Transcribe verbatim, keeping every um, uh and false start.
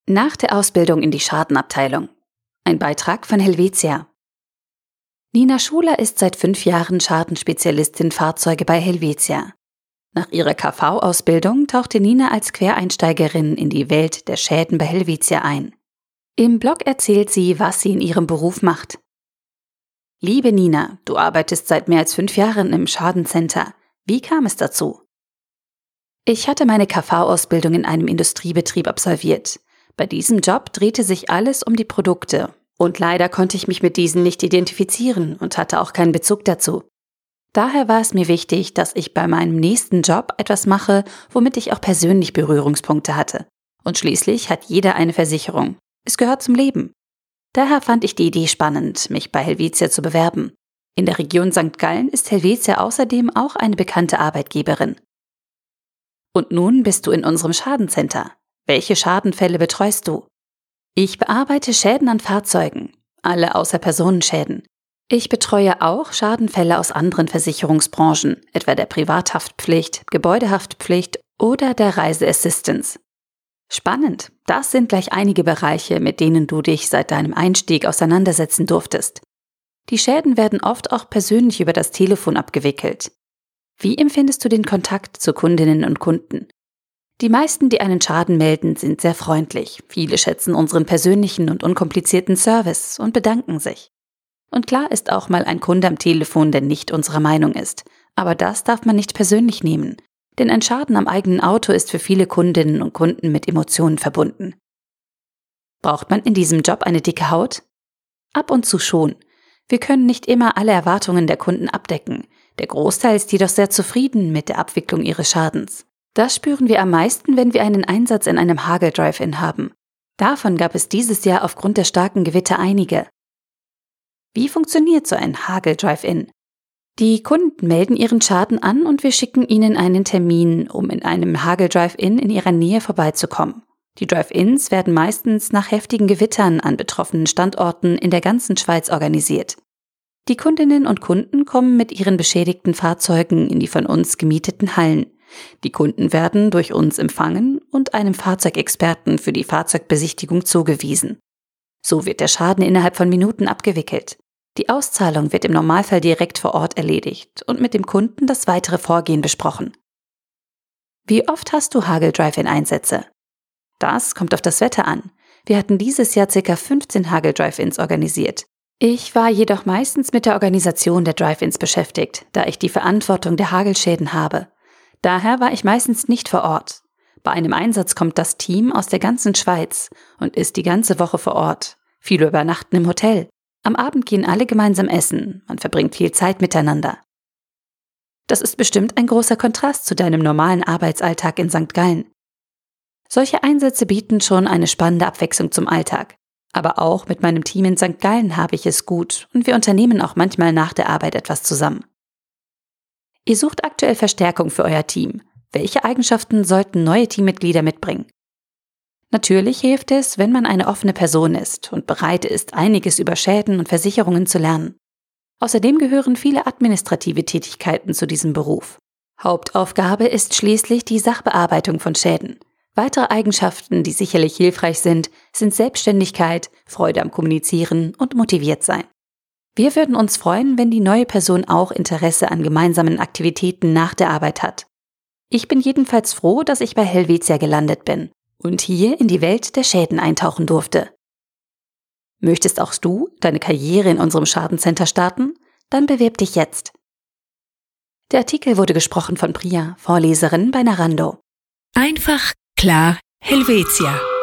Nach der Ausbildung in die Schadenabteilung. Ein Beitrag von Helvetia. Nina Schuler ist seit fünf Jahren Schadenspezialistin Fahrzeuge bei Helvetia. Nach ihrer K V-Ausbildung tauchte Nina als Quereinsteigerin in die Welt der Schäden bei Helvetia ein. Im Blog erzählt sie, was sie in ihrem Beruf macht. Liebe Nina, du arbeitest seit mehr als fünf Jahren im Schadencenter. Wie kam es dazu? Ich hatte meine K V-Ausbildung in einem Industriebetrieb absolviert. Bei diesem Job drehte sich alles um die Produkte und leider konnte ich mich mit diesen nicht identifizieren und hatte auch keinen Bezug dazu. Daher war es mir wichtig, dass ich bei meinem nächsten Job etwas mache, womit ich auch persönlich Berührungspunkte hatte. Und schließlich hat jeder eine Versicherung. Es gehört zum Leben. Daher fand ich die Idee spannend, mich bei Helvetia zu bewerben. In der Region Sankt Gallen ist Helvetia außerdem auch eine bekannte Arbeitgeberin. Und nun bist du in unserem Schadencenter. Welche Schadenfälle betreust du? Ich bearbeite Schäden an Fahrzeugen, alle außer Personenschäden. Ich betreue auch Schadenfälle aus anderen Versicherungsbranchen, etwa der Privathaftpflicht, Gebäudehaftpflicht oder der Reiseassistance. Spannend, das sind gleich einige Bereiche, mit denen du dich seit deinem Einstieg auseinandersetzen durftest. Die Schäden werden oft auch persönlich über das Telefon abgewickelt. Wie empfindest du den Kontakt zu Kundinnen und Kunden? Die meisten, die einen Schaden melden, sind sehr freundlich. Viele schätzen unseren persönlichen und unkomplizierten Service und bedanken sich. Und klar ist auch mal ein Kunde am Telefon, der nicht unserer Meinung ist. Aber das darf man nicht persönlich nehmen. Denn ein Schaden am eigenen Auto ist für viele Kundinnen und Kunden mit Emotionen verbunden. Braucht man in diesem Job eine dicke Haut? Ab und zu schon. Wir können nicht immer alle Erwartungen der Kunden abdecken. Der Großteil ist jedoch sehr zufrieden mit der Abwicklung ihres Schadens. Das spüren wir am meisten, wenn wir einen Einsatz in einem Hagel-Drive-In haben. Davon gab es dieses Jahr aufgrund der starken Gewitter einige. Wie funktioniert so ein Hagel-Drive-In? Die Kunden melden ihren Schaden an und wir schicken ihnen einen Termin, um in einem Hagel-Drive-In in ihrer Nähe vorbeizukommen. Die Drive-Ins werden meistens nach heftigen Gewittern an betroffenen Standorten in der ganzen Schweiz organisiert. Die Kundinnen und Kunden kommen mit ihren beschädigten Fahrzeugen in die von uns gemieteten Hallen. Die Kunden werden durch uns empfangen und einem Fahrzeugexperten für die Fahrzeugbesichtigung zugewiesen. So wird der Schaden innerhalb von Minuten abgewickelt. Die Auszahlung wird im Normalfall direkt vor Ort erledigt und mit dem Kunden das weitere Vorgehen besprochen. Wie oft hast du Hagel-Drive-In-Einsätze? Das kommt auf das Wetter an. Wir hatten dieses Jahr ca. fünfzehn Hagel-Drive-Ins organisiert. Ich war jedoch meistens mit der Organisation der Drive-Ins beschäftigt, da ich die Verantwortung der Hagelschäden habe. Daher war ich meistens nicht vor Ort. Bei einem Einsatz kommt das Team aus der ganzen Schweiz und ist die ganze Woche vor Ort. Viele übernachten im Hotel. Am Abend gehen alle gemeinsam essen. Man verbringt viel Zeit miteinander. Das ist bestimmt ein großer Kontrast zu deinem normalen Arbeitsalltag in Sankt Gallen. Solche Einsätze bieten schon eine spannende Abwechslung zum Alltag. Aber auch mit meinem Team in Sankt Gallen habe ich es gut und wir unternehmen auch manchmal nach der Arbeit etwas zusammen. Ihr sucht aktuell Verstärkung für euer Team. Welche Eigenschaften sollten neue Teammitglieder mitbringen? Natürlich hilft es, wenn man eine offene Person ist und bereit ist, einiges über Schäden und Versicherungen zu lernen. Außerdem gehören viele administrative Tätigkeiten zu diesem Beruf. Hauptaufgabe ist schließlich die Sachbearbeitung von Schäden. Weitere Eigenschaften, die sicherlich hilfreich sind, sind Selbstständigkeit, Freude am Kommunizieren und motiviert sein. Wir würden uns freuen, wenn die neue Person auch Interesse an gemeinsamen Aktivitäten nach der Arbeit hat. Ich bin jedenfalls froh, dass ich bei Helvetia gelandet bin und hier in die Welt der Schäden eintauchen durfte. Möchtest auch du deine Karriere in unserem Schadencenter starten? Dann bewirb dich jetzt. Der Artikel wurde gesprochen von Priya, Vorleserin bei Narando. Einfach, klar, Helvetia.